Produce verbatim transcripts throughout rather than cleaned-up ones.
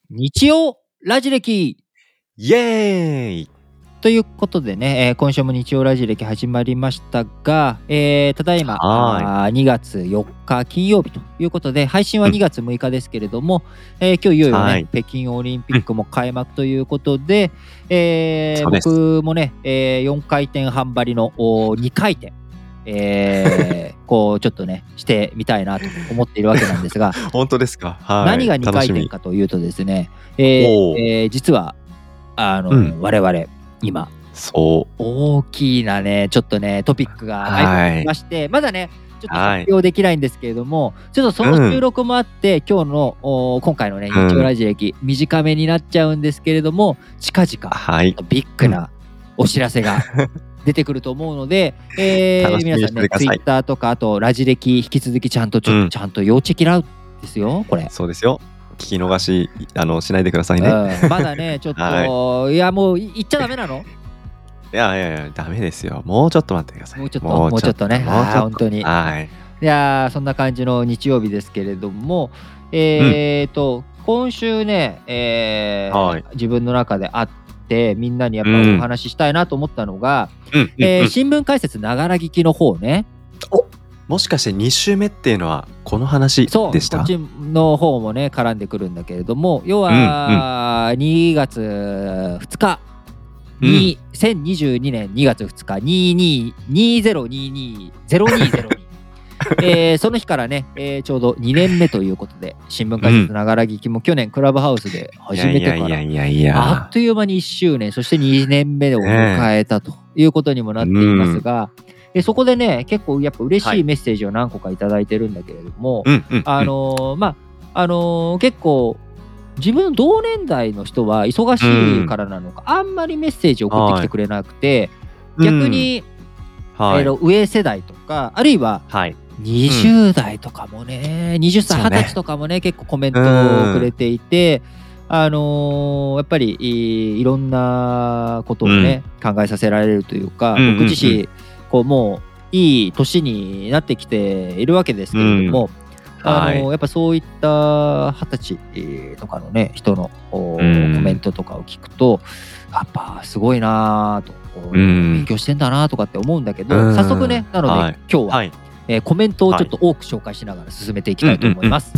日曜ラジ歴イエーイということでね、えー今週も日曜ラジ歴始まりましたが、えーただいまはあーにがつよっか金曜日ということで、配信はうんにがつむいかですけれども、えー今日いよいよね、 はい北京オリンピックも開幕ということで、えーそうです僕もね、えーよんかい転半張りのおにかい転、えーこうちょっとねしてみたいなと思っているわけなんですが、 本当ですか。はい。 何がにかい楽しみ。 転かというとですね、えーおーえー実はあの、 うん我々今そう。 大きなねちょっとねトピックがはいありまして、まだねちょっとはい発表できないんですけれども、ちょっとその収録もあって、今日のお今回のねうん日曜ラジ歴短めになっちゃうんですけれども、近々 はい。 ビッグなお知らせが出てくると思うので、えー楽しみに皆さんねしててくださいツイッターとかあとラジ歴引き続きちゃんとちょっとうんちゃんと要チェキラウですよこれ。 そうですよ。聞き逃しあのしないでくださいね。 うんまだねちょっと、、 はいやもうい言っちゃダメなの？ いやいやいやダメですよ。もうちょっと待ってください。 もうちょっともうちょっとねもうちょっとあー本当にはい。 いやーそんな感じの日曜日ですけれども、えーと、今週ね、えーはい自分の中であってみんなにやっぱうんお話ししたいなと思ったのが、 うんうんえーうん新聞解説ながら聞きの方ね。 もしかしてに週目っていうのはこの話そうでしたこっちの方もね絡んでくるんだけれども、要は、にがつふつかにせんにじゅうにねんにがつふつかにじゅうに にせんにじゅうに ゼロにゼロにえーその日からね、えーちょうどにねんめということで、新聞解説ながら聞きも去年クラブハウスで始めてから、 いやいやいやいやいあやっという間にいっしゅうねん、そしてにねんめを迎えたということにもなっていますが、えそこでね、結構やっぱ嬉しいメッセージを何個かいただいてるんだけれども、 うんうんうんあのーまあ、あのー結構、自分の同年代の人は忙しいからなのか、あんまりメッセージを送ってきてくれなくて、逆に、 はいえーと上世代とか、あるいははいにじゅう代とかもね、にじゅっさい、 そうねはたちとかもね、結構コメントをくれていて、あのーやっぱりいいろんなことをね、考えさせられるというか、 うんうんうん僕自身こうもういい年になってきているわけですけれども、あのーはいやっぱそういったはたちとかのね人のおうんコメントとかを聞くと、やっぱすごいなぁと、こううん勉強してんだなとかって思うんだけど、 うん早速ねなので、 はい今日は、 はいえーコメントをちょっと多く紹介しながら進めていきたいと思います。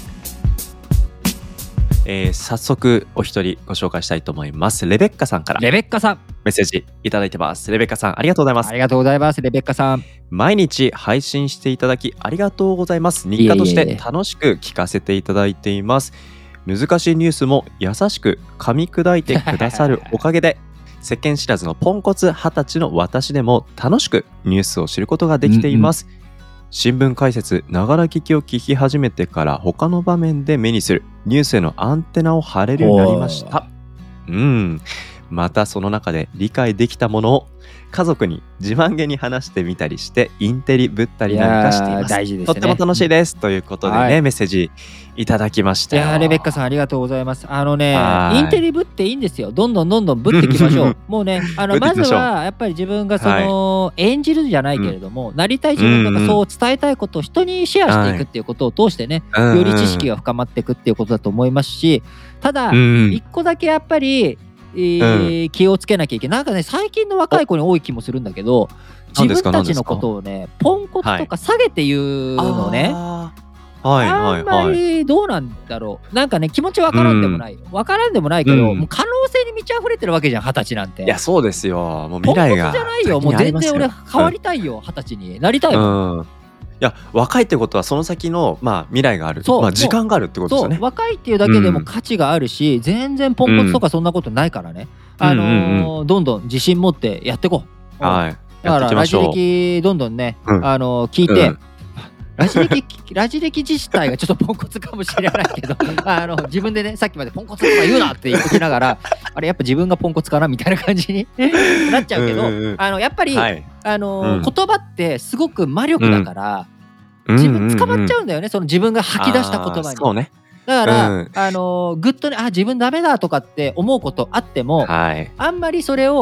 えー早速お一人ご紹介したいと思います。レベッカさんからレベッカさん、 メッセージいただいてます。レベッカさんありがとうございますあ。りがとうございます。レベッカさん、 毎日配信していただきありがとうございます。日課として楽しく聞かせていただいています。難しいニュースも優しく噛み砕いてくださるおかげで世間知らずのポンコツはたちの私でも楽しくニュースを知ることができています。新聞解説ながら聞きを聞き始めてから他の場面で目にするニュースへのアンテナを張れるようになりました。うんまたその中で理解できたものを家族に自慢げに話してみたりしてインテリぶったりなんかしています。 いやー大事ですね。 とっても楽しいですということでね、 はいメッセージいただきましたよ。 いやーレベッカさんありがとうございます。あのねはいインテリぶっていいんですよ。どんどんどんどんぶっていきましょうんう。もうねあのぶっていきましょうまずはやっぱり自分がその、演じるじゃないけれども、なりたい自分とかそう伝えたいことを人にシェアしていくっていうことを通してね、 うんより知識が深まっていくっていうことだと思いますし、ただうん一個だけやっぱり、えー気をつけなきゃいけない。なんかね最近の若い子に多い気もするんだけど、自何ですか分たちのことをねポンコツとか下げて言うのね、 あーはいはあんまいはい。 りどうなんだろう。なんかね気持ちわからんでもないよ。わからんでもないけど、 うんもう可能性に満ち溢れてるわけじゃん、二十歳なんて。 いやそうですよ。もうポンコツじ未来がゃないよ。もう全然俺変わりたいよ、二十歳になりたいもん。 うん。いや若いってことはその先のまあ未来がある。 そうまあ時間があるってことですそうよね。 若いっていうだけでも価値があるし、全然ポンコツとかそんなことないからね。あのーどんどん自信持ってやってこう。 はい。 だやっていきからラジましょう。 歴どんどんね、 うんあのー聞いて、 うんラジ歴ラジ歴自体がちょっとポンコツかもしれないけどあの自分でねさっきまでポンコツとか言うなって言ってきながらあれやっぱ自分がポンコツかなみたいな感じになっちゃうけど、 うんうんうんあのやっぱり、 はい。 あのーうん言葉ってすごく魔力だから、自分捕まっちゃううんだよね、その自分が吐き出した言葉に。 あーそうね。 だから、 うんあのーぐっとねあ自分ダメだとかって思うことあっても、 はい。 あんまりそれを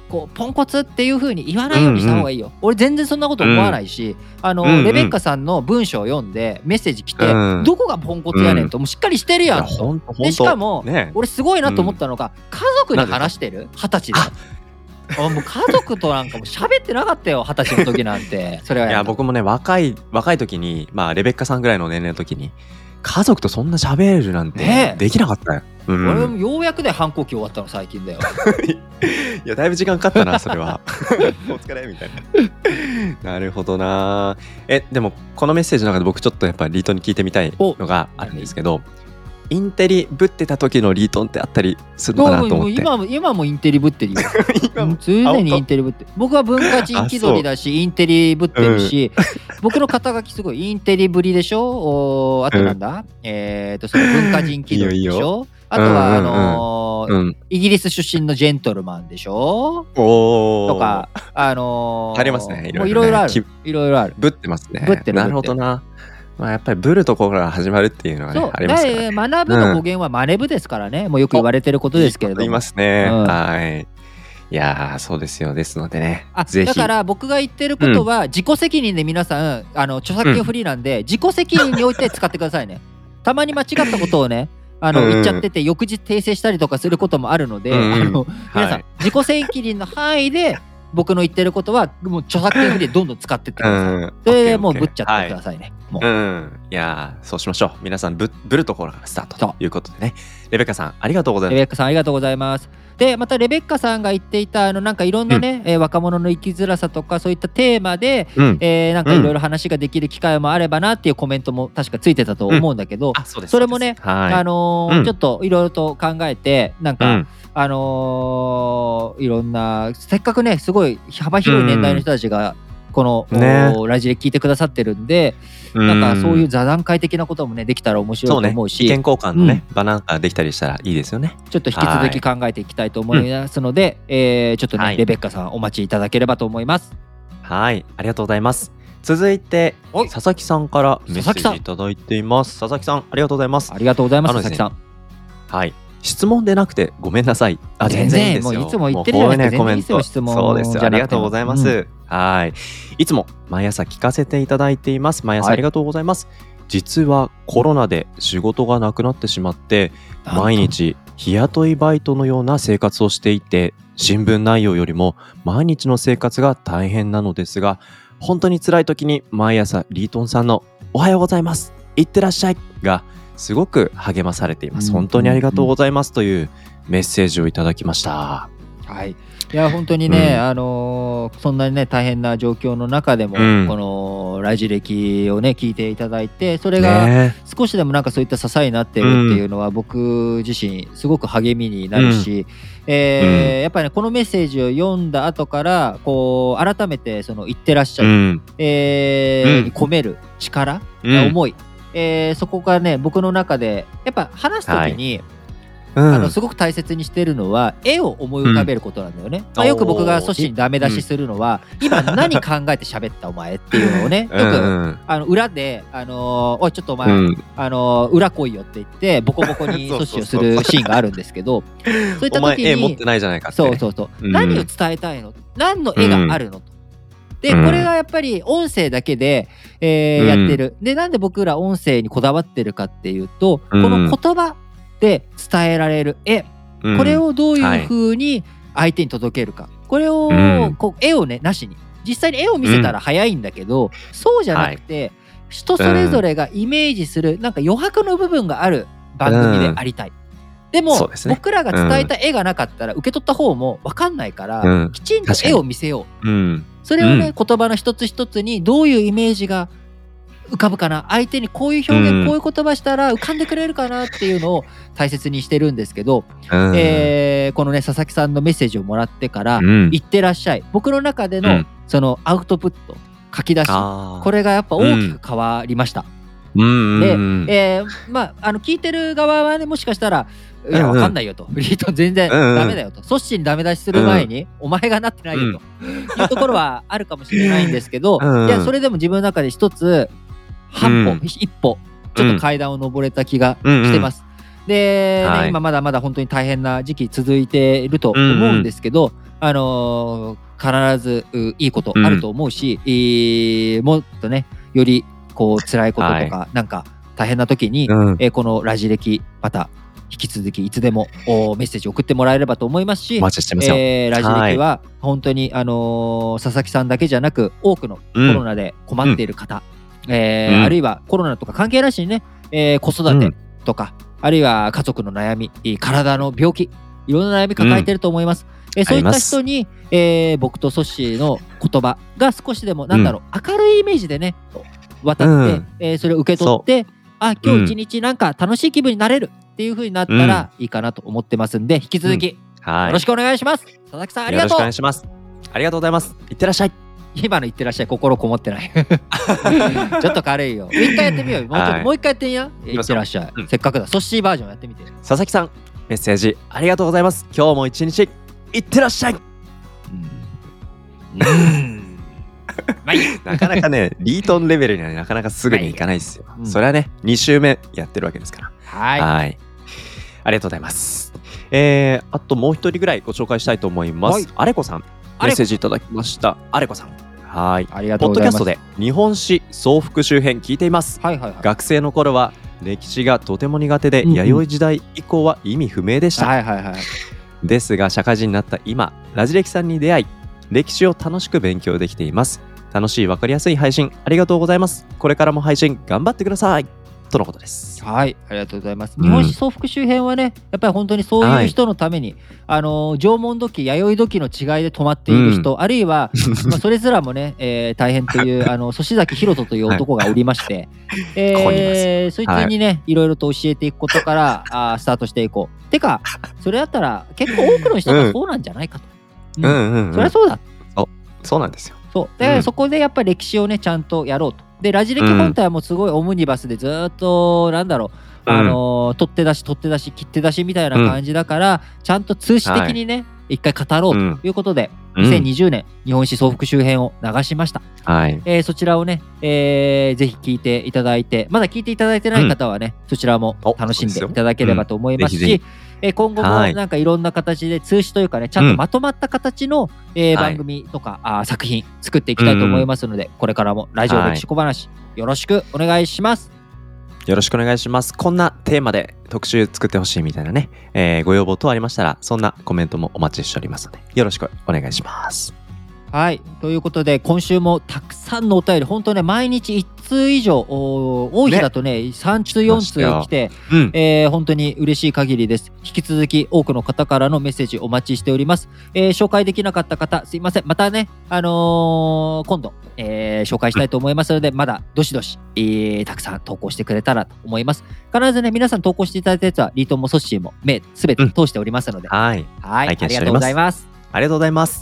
こうポンコツっていう風に言わないようにした方がいいよ、うんうん、俺全然そんなこと思わないし、うん、あの、うんうん、レベッカさんの文章を読んでメッセージ来て、うん、どこがポンコツやねんと、もうしっかりしてるやんと、でしかも、ね、俺すごいなと思ったのが、うん、家族に話してる二十歳であもう家族となんかも喋ってなかったよ二十歳の時なんてそれはいや僕もね若い若い時にまあレベッカさんぐらいの年齢の時に家族とそんな喋れるなんてできなかったよ、ねうん、 俺もようやくで反抗期終わったの最近だよいやだいぶ時間かかったなそれはお疲れみたいななるほどな。えでもこのメッセージの中で僕ちょっとやっぱリートンに聞いてみたいのがあるんですけど、インテリぶってた時のリートンってあったりするのかなと思って。 今も今もインテリぶってるよ常にインテリぶってる。僕は文化人気取りだしインテリぶってるし、うん、僕の肩書きすごいインテリぶりでしょ。おあとなんだ、うん、えっ、ー、とその文化人気取りでしょ。いいよあとはあのーうんうん、イギリス出身のジェントルマンでしょとかあのー、 ありますね。 いろいろ、ね、いろいろあるいろいろあるぶってますね。 ぶってるなるほどな。まあ、やっぱりブルところから始まるっていうのが、ね、ありますからね。 学ぶの語源はマネブですからね、うん、もうよく言われてることですけれども。 いいますね、うん、はいいやーそうですよ。ですのでねあぜひだから僕が言ってることは、うん、自己責任で皆さんあの著作権フリーなんで、うん、自己責任において使ってくださいねたまに間違ったことをねあの、うん、言っちゃってて翌日訂正したりとかすることもあるので、うん、あの皆さん、はい、自己責任の範囲で僕の言ってることはもう著作権フリーでどんどん使ってってください、うん、それでもうぶっちゃってくださいね、はい、もう、うん、 いやそうしましょう。皆さんぶぶるところからスタートということでね。レベッカさんありがとうございます。 レベッカさんありがとうございます。でまたレベッカさんが言っていたあのなんかいろんなね、うんえー、若者の生きづらさとかそういったテーマで、うんえー、なんかいろいろ話ができる機会もあればなっていうコメントも確かついてたと思うんだけど、うん、そ, それもね、はい、あのーうん、ちょっといろいろと考えてなんか、うんあのー、いろんなせっかくねすごい幅広い年代の人たちがこの、ね、ラジレ聞いてくださってるんで、なんかそういう座談会的なこともねできたら面白いと思うし、 そうね、意見交換のね、うん、場なんかできたりしたらいいですよね。 ちょっと引き続き考えていきたいと思いますので、うんえー、ちょっとね、はい、レベッカさんお待ちいただければと思います。 はいありがとうございます。続いて佐々木さんからメッセージいただいています。佐々木さんありがとうございます。 ありがとうございます。佐々木さんはい質問でなくてごめんなさい。 あ全然いいですよ。もういつも言ってるじゃないですか。全然いいですよ質問。 そうですありがとうございます、うん、はいいつも毎朝聞かせていただいています。毎朝ありがとうございます、はい、実はコロナで仕事がなくなってしまって毎日日雇いバイトのような生活をしていて新聞内容よりも毎日の生活が大変なのですが本当に辛い時に毎朝リートンさんのおはようございますいってらっしゃいがすごく励まされています。本当にありがとうございますというメッセージをいただきました。 はい、いや本当にね、うんあのー、そんなにね大変な状況の中でも、うん、このラジ歴をね聞いていただいてそれが少しでもなんかそういった支えになっているっていうのは、僕自身すごく励みになるし、うんえーうん、やっぱりねこのメッセージを読んだ後からこう改めてそのいってらっしゃい、うんえーうん、に込める力、うん、思いえー、そこがね僕の中でやっぱ話す時に、はいうん、あのすごく大切にしているのは絵を思い浮かべることなんだよね、うんまあ、よく僕が阻止にダメ出しするのは、うん、今何考えて喋ったお前っていうのをねよく、うん、あの裏で、あのー、おいちょっとお前、うんあのー、裏来いよって言ってボコボコに阻止をするシーンがあるんですけどそういった時にお前絵持ってないじゃないかって、ね、 そうそうそう、うん、何を伝えたいの何の絵があるのとでこれがやっぱり音声だけで、えーうん、やってる。でなんで僕ら音声にこだわってるかっていうと、うん、この言葉で伝えられる絵、うん、これをどういう風に相手に届けるか、はい、これを、うん、こう絵をねなしに実際に絵を見せたら早いんだけど、うん、そうじゃなくて、はい、人それぞれがイメージするなんか余白の部分がある番組でありたい。うんでもで、ね、僕らが伝えた絵がなかったら受け取った方も分かんないから、うん、きちんと絵を見せよう、うん、それをね、うん、言葉の一つ一つにどういうイメージが浮かぶかな相手にこういう表現、うん、こういう言葉したら浮かんでくれるかなっていうのを大切にしてるんですけど、うんえー、このね佐々木さんのメッセージをもらってから「いってらっしゃい」僕の中でのそのアウトプット書き出しこれがやっぱ大きく変わりました。で、えー、まああの聞いてる側はねもしかしたらいや分かんないよと、うんうん、リート全然ダメだよと、阻止にダメ出しする前に、うん、お前がなってないよと、うん、いうところはあるかもしれないんですけど、うん、いやそれでも自分の中で一つ半歩、うん、一歩ちょっと階段を登れた気がしてます、うんうん、で、ねはい、今まだまだ本当に大変な時期続いていると思うんですけど、うんうん、 あのー必ずいいことあると思うし、うん、えー、もっとねよりこう辛いこととか、はい、なんか大変な時に、うん、えー、このラジ歴また引き続きいつでもメッセージ送ってもらえればと思いますし、 お待ちしてますよ。 えー、ラジ歴は本当に、はい、あのー、佐々木さんだけじゃなく多くのコロナで困っている方、うん、えーうん、あるいはコロナとか関係なしにね、えー、子育てとか、うん、あるいは家族の悩み、体の病気、いろんな悩み抱えていると思います。うん、えー、そういった人に、えー、僕とソッシーの言葉が少しでもなんだろう、うん、明るいイメージでね渡って、うん、えー、それを受け取って、あ、今日一日なんか楽しい気分になれるっていう風になったらいいかなと思ってますんで、引き続き、うん、はい、よろしくお願いします。佐々木さんありがとう。 よろしくお願いします。ありがとうございます。いってらっしゃい。 今のいってらっしゃい心こもってないちょっと軽いよ。一回やってみようよ。もうちょっと、はい、もう一回やってんや。いってらっしゃい、うん、せっかくだ。ソッシーバージョンやってみて。 佐々木さんメッセージありがとうございます。今日も一日いってらっしゃい。うんうんまあいいなかなかねリートンレベルにはなかなかすぐにいかないですよ、うん、それはねに週目やってるわけですから。 はい、 はい、ありがとうございます。えー、あともう一人ぐらいご紹介したいと思います。はい、アレコさんメッセージいただきました。アレコさん、はい、 ありがとうございます。 ポッドキャストで日本史総復習編聞いています。 はいはいはい、 学生の頃は歴史がとても苦手で、うんうん、弥生時代以降は意味不明でした。 はいはいはい、 ですが社会人になった今ラジ歴さんに出会い歴史を楽しく勉強できています。楽しい分かりやすい配信ありがとうございます。これからも配信頑張ってくださいとのことです。 はい、ありがとうございます。日本史総復習編はね、やっぱり本当にそういう人のために、はい、あの縄文土器弥生土器の違いで止まっている人、うん、あるいは、まあ、それすらもね、えー、大変というあの粗崎博人という男がおりまして、はい、えー、そいつにね、はい、いろいろと教えていくことからあスタートしていこう。てかそれだったら結構多くの人がそうなんじゃないかと。 うんうんうんうん、 そりゃそうだ。 そうそうなんですよ。 そうで、うん、そこでやっぱり歴史をねちゃんとやろうと。でラジ歴本体はもうすごいオムニバスでずっとなんだろう、うん、あの取って出し取って出し切って出しみたいな感じだから、うん、ちゃんと通史的にね、はい、一回語ろうということで、うん、にせんにじゅうねん日本史総復習編を流しました。 はい、 えー、そちらをね、えー、ぜひ聞いていただいて、まだ聞いていただいてない方はね、うん、そちらも楽しんでいただければと思いますし、うんえー、今後もなんかいろんな形で通史というかねちゃんとまとまった形の、うんえー、番組とか、はい、あ作品作っていきたいと思いますので、うん、これからもラジオ歴史小話、はい、よろしくお願いします。 よろしくお願いします。こんなテーマで特集作ってほしいみたいなね、えー、ご要望等ありましたらそんなコメントもお待ちしておりますのでよろしくお願いします。 はい、ということで今週もたくさんのお便り本当ね毎日いっ通以上多い日だとねさん通よん通来て、うんえー、本当に嬉しい限りです。引き続き多くの方からのメッセージお待ちしております。えー、紹介できなかった方すいません。またね、あのー、今度、えー、紹介したいと思いますので、うん、まだどしどし、えー、たくさん投稿してくれたらと思います。必ずね皆さん投稿していただいたやつはリートンもソッシーも目すべて通しておりますので、 うん、はい、 はい、ありがとうございます。 ありがとうございます。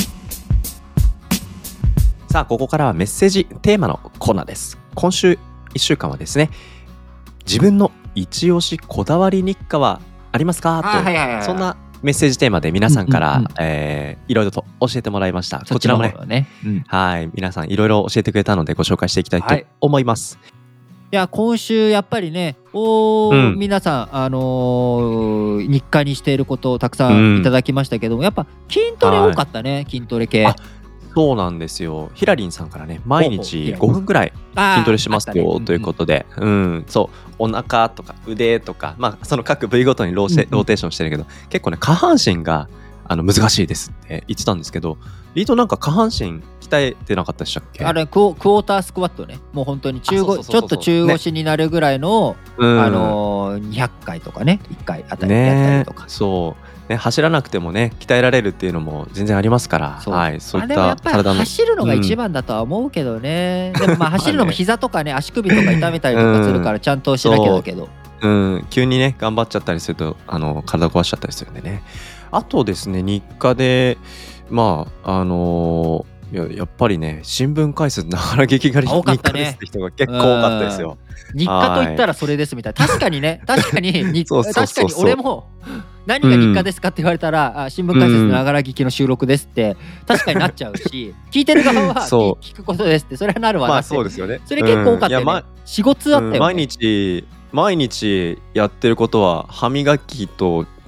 さあここからはメッセージテーマのコーナーです。今週いっしゅうかんはですね自分の一押しこだわり日課はありますかと、はいはいはい、そんなメッセージテーマで皆さんから、うんうんうんえー、いろいろと教えてもらいました。こちらもね、ねうん、はい皆さんいろいろ教えてくれたのでご紹介していきたいと思います。はい、 いや今週やっぱりねお、うん、皆さん、あのー、日課にしていることをたくさんいただきましたけども、うん、やっぱ筋トレ多かったね、はい、筋トレ系。 そうなんですよ。ヒラリンさんからね毎日ごふんくらい筋トレしますよということで、うん、そうお腹とか腕とか、まあその各部位ごとにローシェ、うんうん、ローテーションしてるけど結構ね下半身があの難しいですって言ってたんですけど、リートなんか下半身鍛えてなかったでしたっけ？ あれクォ、クォータースクワットね、もう本当に中腰ちょっと中腰になるぐらいの、ね、あのー、にひゃっかいとかねいっかいあたりやったりとか、 ね、そうね、走らなくてもね鍛えられるっていうのも全然ありますから、そう、はい、そういった体の走るのが一番だとは思うけどね、うん、でもまあ走るのも膝とかね足首とか痛めたりとかするからちゃんとしなきゃだけど、 うん、うん、急にね頑張っちゃったりするとあの体壊しちゃったりするんでね。あとですね日課でまああのーいや、やっぱりね新聞解説ながら劇が日課ですって人が結構多かったですよ。 日課と言ったらそれですみたいな。確かにね確かに日そうそうそうそう確かに俺も何が日課ですかって言われたら、うん、あ新聞解説ながら聞きの収録ですって確かになっちゃうし、聞いてる側は聞くことですってそれはなるわなって、まあそうですよね。それ結構多かったよね。よん、ごつあったよね、うん、 毎日毎日やってることは歯磨きと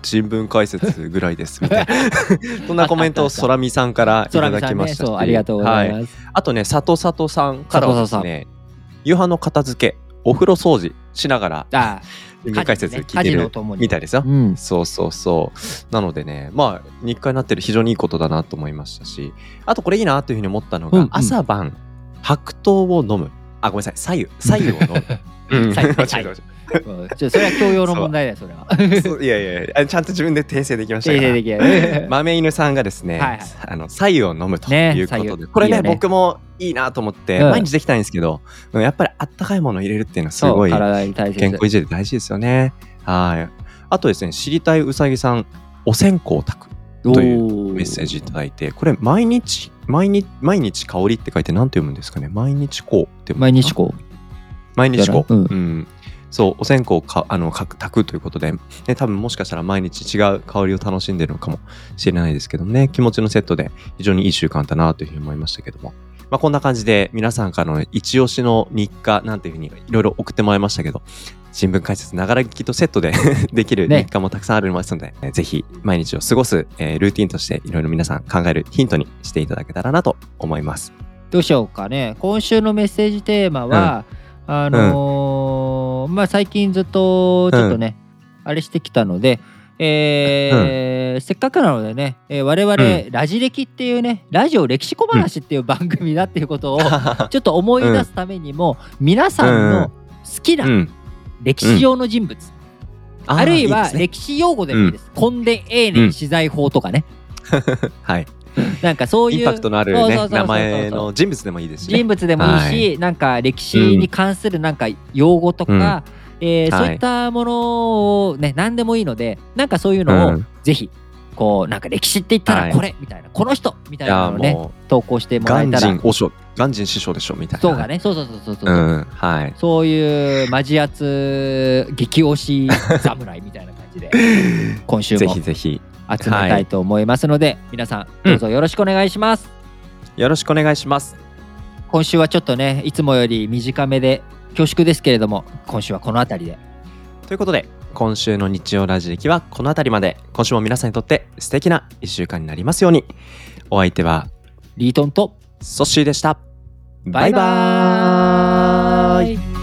新聞解説ぐらいですみたいなそんなコメントをそらみさんからいただきましたし、 ね、そうありがとうございます、 はい、あとね佐藤佐藤さんからはですね夕飯の片付けお風呂掃除しながらあ新聞解説聞いてるみたいですよ、 うん、 そうそうそうなのでねまあ日課になってる非常にいいことだなと思いましたし、あとこれいいなというふうに思ったのが、うんうん、朝晩白桃を飲むあごめんなさい白湯白湯を飲むうん、間違えた間違えたちょそれは教養の問題だよそれはいやいやいやちゃんと自分で訂正できましたから訂正でき豆犬さんがですね、はいはい、あの白湯を飲むということで、ね、これ ね, いいね僕もいいなと思って、うん、毎日できたいんですけどやっぱりあったかいものを入れるっていうのはすごい健康維持で大事ですよね。はいあとですね知りたいうさぎさんお線香を炊くというメッセージいただいて、これ毎日毎日毎日香りって書いて何て読むんですかね。毎日香って毎日香毎日香、うんうん、そうお線香をかあの炊くということで、ね、多分もしかしたら毎日違う香りを楽しんでるのかもしれないですけどね、気持ちのセットで非常にいい習慣だなというふうに思いましたけども、まあ、こんな感じで皆さんからの一押しの日課なんていうふうにいろいろ送ってもらいましたけど、新聞解説ながら聞きとセットでできる日課もたくさんありますので、ね、ぜひ毎日を過ごす、えー、ルーティンとしていろいろ皆さん考えるヒントにしていただけたらなと思います。 どうしようかね。今週のメッセージテーマは、うん、あのーうん、まあ最近ずっとちょっとね、うん、あれしてきたので、えーうん、せっかくなのでね、えー、我々、うん、ラジ歴っていうねラジオ歴史小話っていう番組だっていうことをちょっと思い出すためにも、うん、皆さんの好きな歴史上の人物、うん、あるいは歴史用語でもいいです、うん、根伝永年資材法とかね、 はいなんかそういうインパクトのある、ね、名前の人物でもいいですし、ね、 人物でもいいし、はい、なんか歴史に関するなんか用語とか、うんえーはい、そういったものをね何でもいいので、なんかそういうのをぜひこうなんか歴史って言ったらこれ、はい、みたいなこの人みたいなのをね投稿してもらえたら、 鑑真和尚鑑真師匠でしょみたいな、 そうがねそうそうそうそうそう、 うんはい、 そういうマジアツ激推し侍みたいな感じで今週もぜひぜひ集めたいと思いますので、はい、皆さんどうぞよろしくお願いします、 うん、よろしくお願いします。 今週はちょっとねいつもより短めで恐縮ですけれども、今週はこのあたりでということで、今週の日曜ラジ歴はこのあたりまで。今週も皆さんにとって素敵ないっしゅうかんになりますように。お相手はリートンとソッシーでした。 バイバーイ。